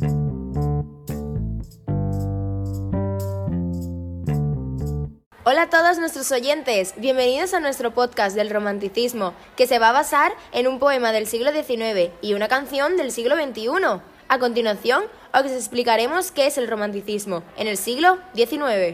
Hola a todos nuestros oyentes, bienvenidos a nuestro podcast del romanticismo, que se va a basar en un poema del siglo XIX y una canción del siglo XXI. A continuación, os explicaremos qué es el romanticismo en el siglo XIX.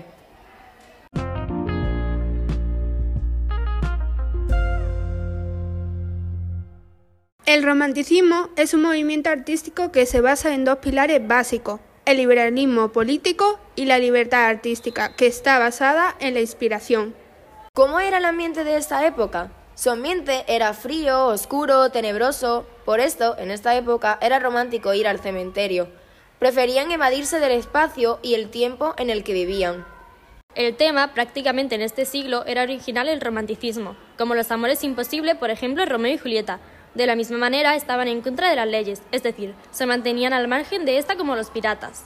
El romanticismo es un movimiento artístico que se basa en dos pilares básicos: el liberalismo político y la libertad artística, que está basada en la inspiración. ¿Cómo era el ambiente de esta época? Su ambiente era frío, oscuro, tenebroso. Por esto, en esta época, era romántico ir al cementerio. Preferían evadirse del espacio y el tiempo en el que vivían. El tema, prácticamente en este siglo, era original el romanticismo, como los amores imposibles, por ejemplo, Romeo y Julieta. De la misma manera, estaban en contra de las leyes, es decir, se mantenían al margen de esta como los piratas.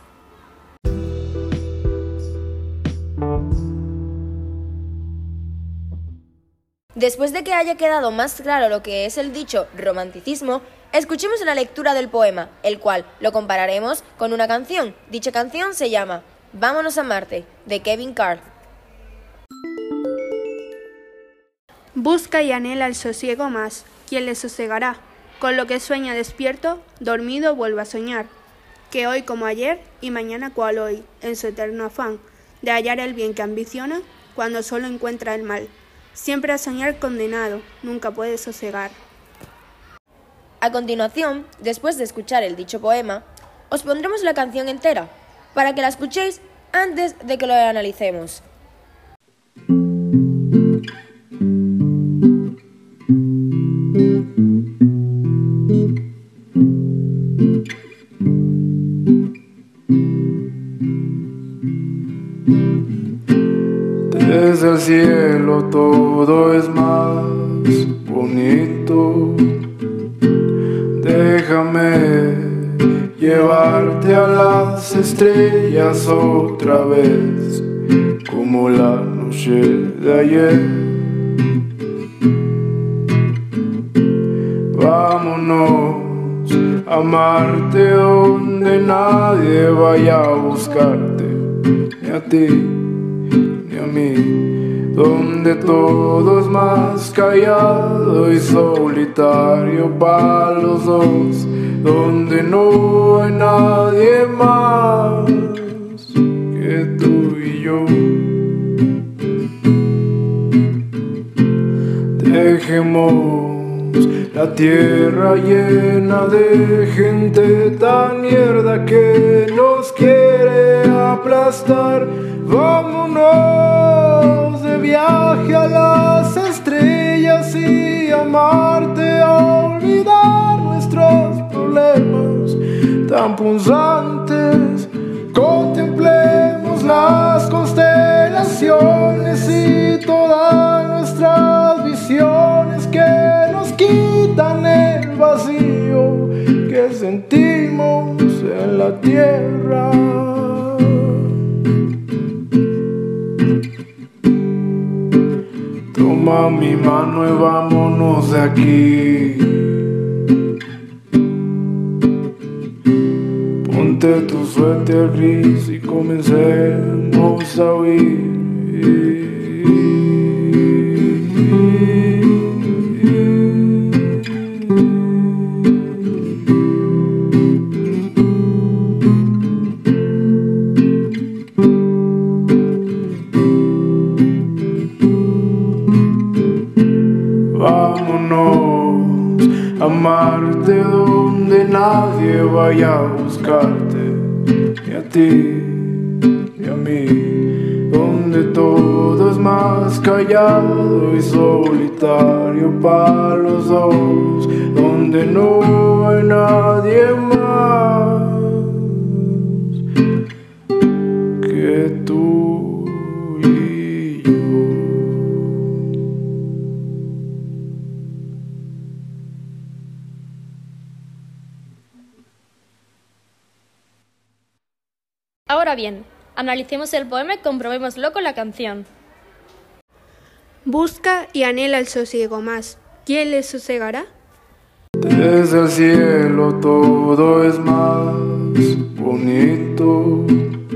Después de que haya quedado más claro lo que es el dicho romanticismo, escuchemos la lectura del poema, el cual lo compararemos con una canción. Dicha canción se llama Vámonos a Marte, de Kevin Carl. Busca y anhela el sosiego más, ¿quién le sosegará? Con lo que sueña despierto, dormido vuelve a soñar, que hoy como ayer y mañana cual hoy, en su eterno afán de hallar el bien que ambiciona, cuando solo encuentra el mal, siempre a soñar condenado, nunca puede sosegar. A continuación, después de escuchar el dicho poema, os pondremos la canción entera, para que la escuchéis antes de que lo analicemos. Desde el cielo todo es más bonito. Déjame llevarte a las estrellas otra vez, como la noche de ayer. Vámonos a Marte, donde nadie vaya a buscarte, ni a ti ni a mí, donde todo es más callado y solitario para los dos, donde no hay nadie más que tú y yo. Dejemos la tierra llena de gente tan mierda que nos quiere aplastar. Vámonos de viaje a las estrellas y a Marte, a olvidar nuestros problemas tan punzantes. Contemplemos las constelaciones y todas nuestras visiones que nos quitan el vacío que sentimos en la tierra. Toma mi mano y vámonos de aquí. Ponte tu suéter gris y comencemos a huir. Vámonos a Marte, donde nadie vaya a buscarte, ni a ti ni a mí, donde todo es más callado y solitario para los dos, donde no hay nadie más que tú y yo. Ahora bien, analicemos el poema y comprobémoslo con la canción. Busca y anhela el sosiego más, ¿quién le sosegará? Desde el cielo todo es más bonito.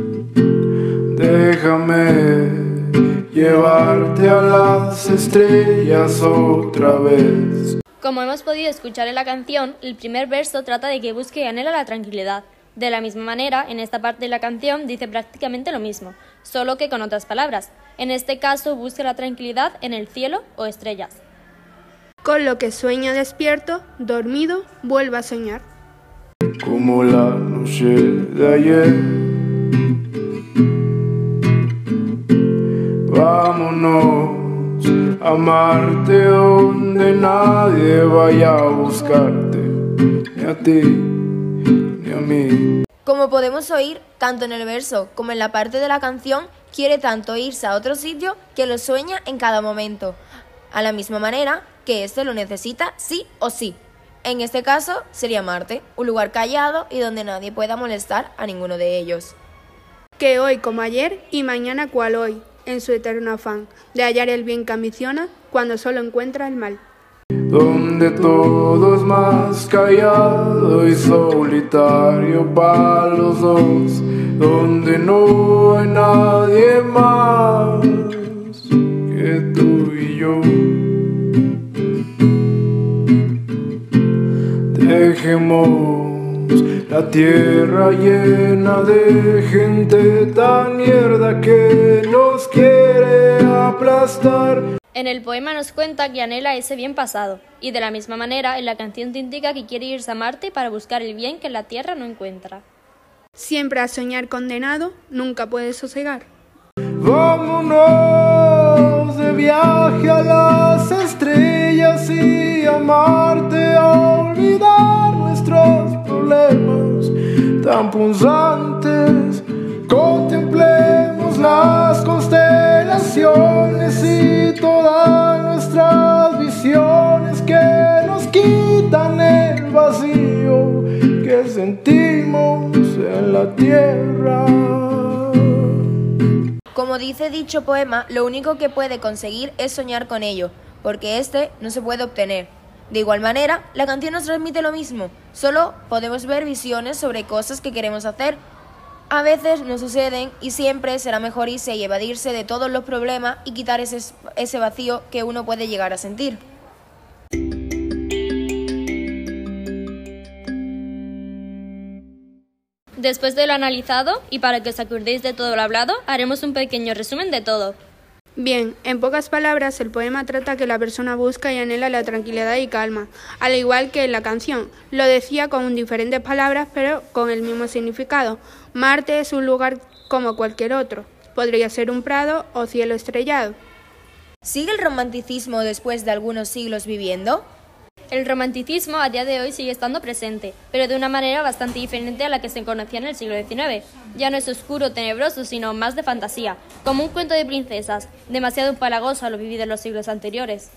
Déjame llevarte a las estrellas otra vez. Como hemos podido escuchar en la canción, el primer verso trata de que busque y anhela la tranquilidad. De la misma manera, en esta parte de la canción dice prácticamente lo mismo, solo que con otras palabras. En este caso, busca la tranquilidad en el cielo o estrellas. Con lo que sueña despierto, dormido, vuelve a soñar. Como la noche de ayer, vámonos a Marte donde nadie vaya a buscarte, ni a ti, ni a mí. Como podemos oír, tanto en el verso como en la parte de la canción, quiere tanto irse a otro sitio que lo sueña en cada momento, a la misma manera que éste lo necesita sí o sí. En este caso sería Marte, un lugar callado y donde nadie pueda molestar a ninguno de ellos. Que hoy como ayer y mañana cual hoy, en su eterno afán de hallar el bien que ambiciona cuando solo encuentra el mal. Donde todo es más callado y solitario para los dos, donde no hay nadie más que tú y yo. Dejemos la tierra llena de gente tan mierda que nos quiere aplastar. En el poema nos cuenta que anhela ese bien pasado, y de la misma manera en la canción te indica que quiere irse a Marte para buscar el bien que en la tierra no encuentra. Siempre a soñar condenado, nunca puedes sosegar. Vámonos de viaje a las estrellas y a Marte a olvidar nuestros problemas tan punzantes. Contemplemos las constelaciones y todas nuestras visiones que nos quitan el vacío que sentimos en la tierra. Como dice dicho poema, lo único que puede conseguir es soñar con ello, porque este no se puede obtener. De igual manera, la canción nos transmite lo mismo, solo podemos ver visiones sobre cosas que queremos hacer. A veces no suceden y siempre será mejor irse y evadirse de todos los problemas y quitar ese vacío que uno puede llegar a sentir. Después de lo analizado, y para que os acordéis de todo lo hablado, haremos un pequeño resumen de todo. Bien, en pocas palabras, el poema trata que la persona busca y anhela la tranquilidad y calma, al igual que en la canción. Lo decía con diferentes palabras, pero con el mismo significado. Marte es un lugar como cualquier otro. Podría ser un prado o cielo estrellado. ¿Sigue el romanticismo después de algunos siglos viviendo? El romanticismo a día de hoy sigue estando presente, pero de una manera bastante diferente a la que se conocía en el siglo XIX. Ya no es oscuro o tenebroso, sino más de fantasía, como un cuento de princesas, demasiado empalagoso a lo vivido en los siglos anteriores.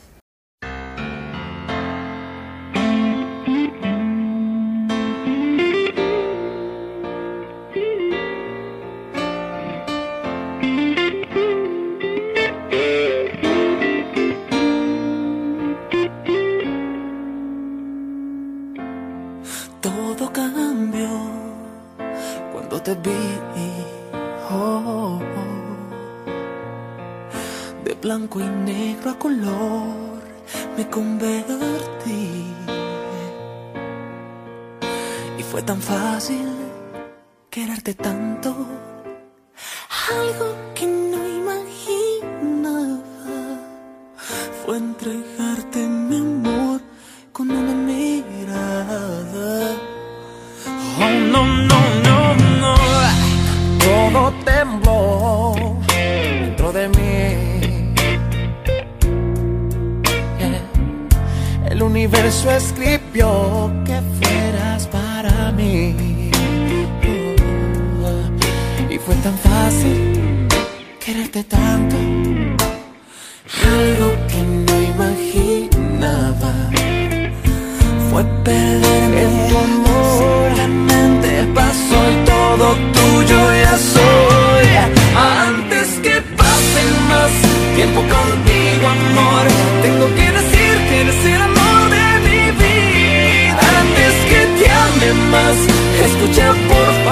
Todo cambió cuando te vi, de blanco y negro a color me convertí. Y fue tan fácil quererte tanto, algo que no imaginaba fue entregarte mi amor con una mirada. Oh, no, no, no, no. Todo tembló dentro de mí. El universo escribió que fueras para mí. Y fue tan fácil quererte tanto, algo que no imaginaba fue perderme en tu amor. La mente pasó y todo tuyo ya soy. Antes que pase más tiempo contigo, amor, tengo que decir que eres el amor de mi vida.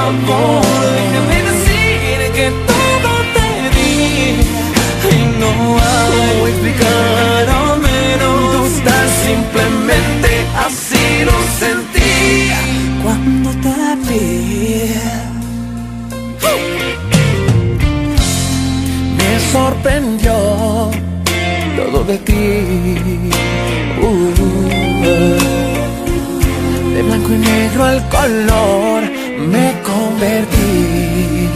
favor, déjame decir que todo te di. Y no hay cómo explicar, o menos total, simplemente así lo sentí cuando te vi. Me sorprendió todo de ti. De blanco y negro al color me convertí.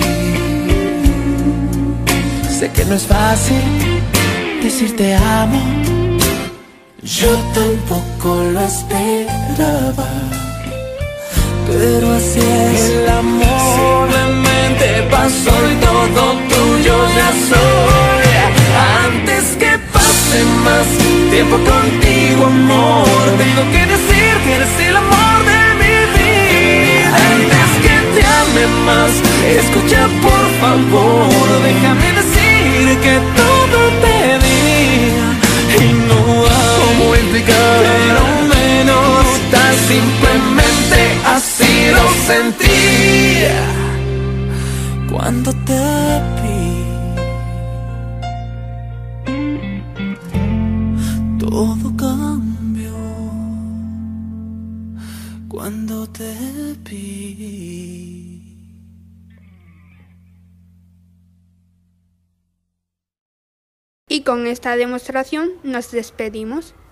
Sé que no es fácil decir te amo, yo tampoco lo esperaba, pero así es el amor. Simplemente pasó y todo tuyo ya soy. Antes que pase más tiempo contigo, amor, tengo que decir que eres el amor de mi vida. Antes que te ame más, escucha por favor, déjame decir que todo te di. Y no hay cómo explicar, pero menos tan simplemente así lo sentí cuando te vi. Todo cambió cuando te vi. Y con esta demostración nos despedimos.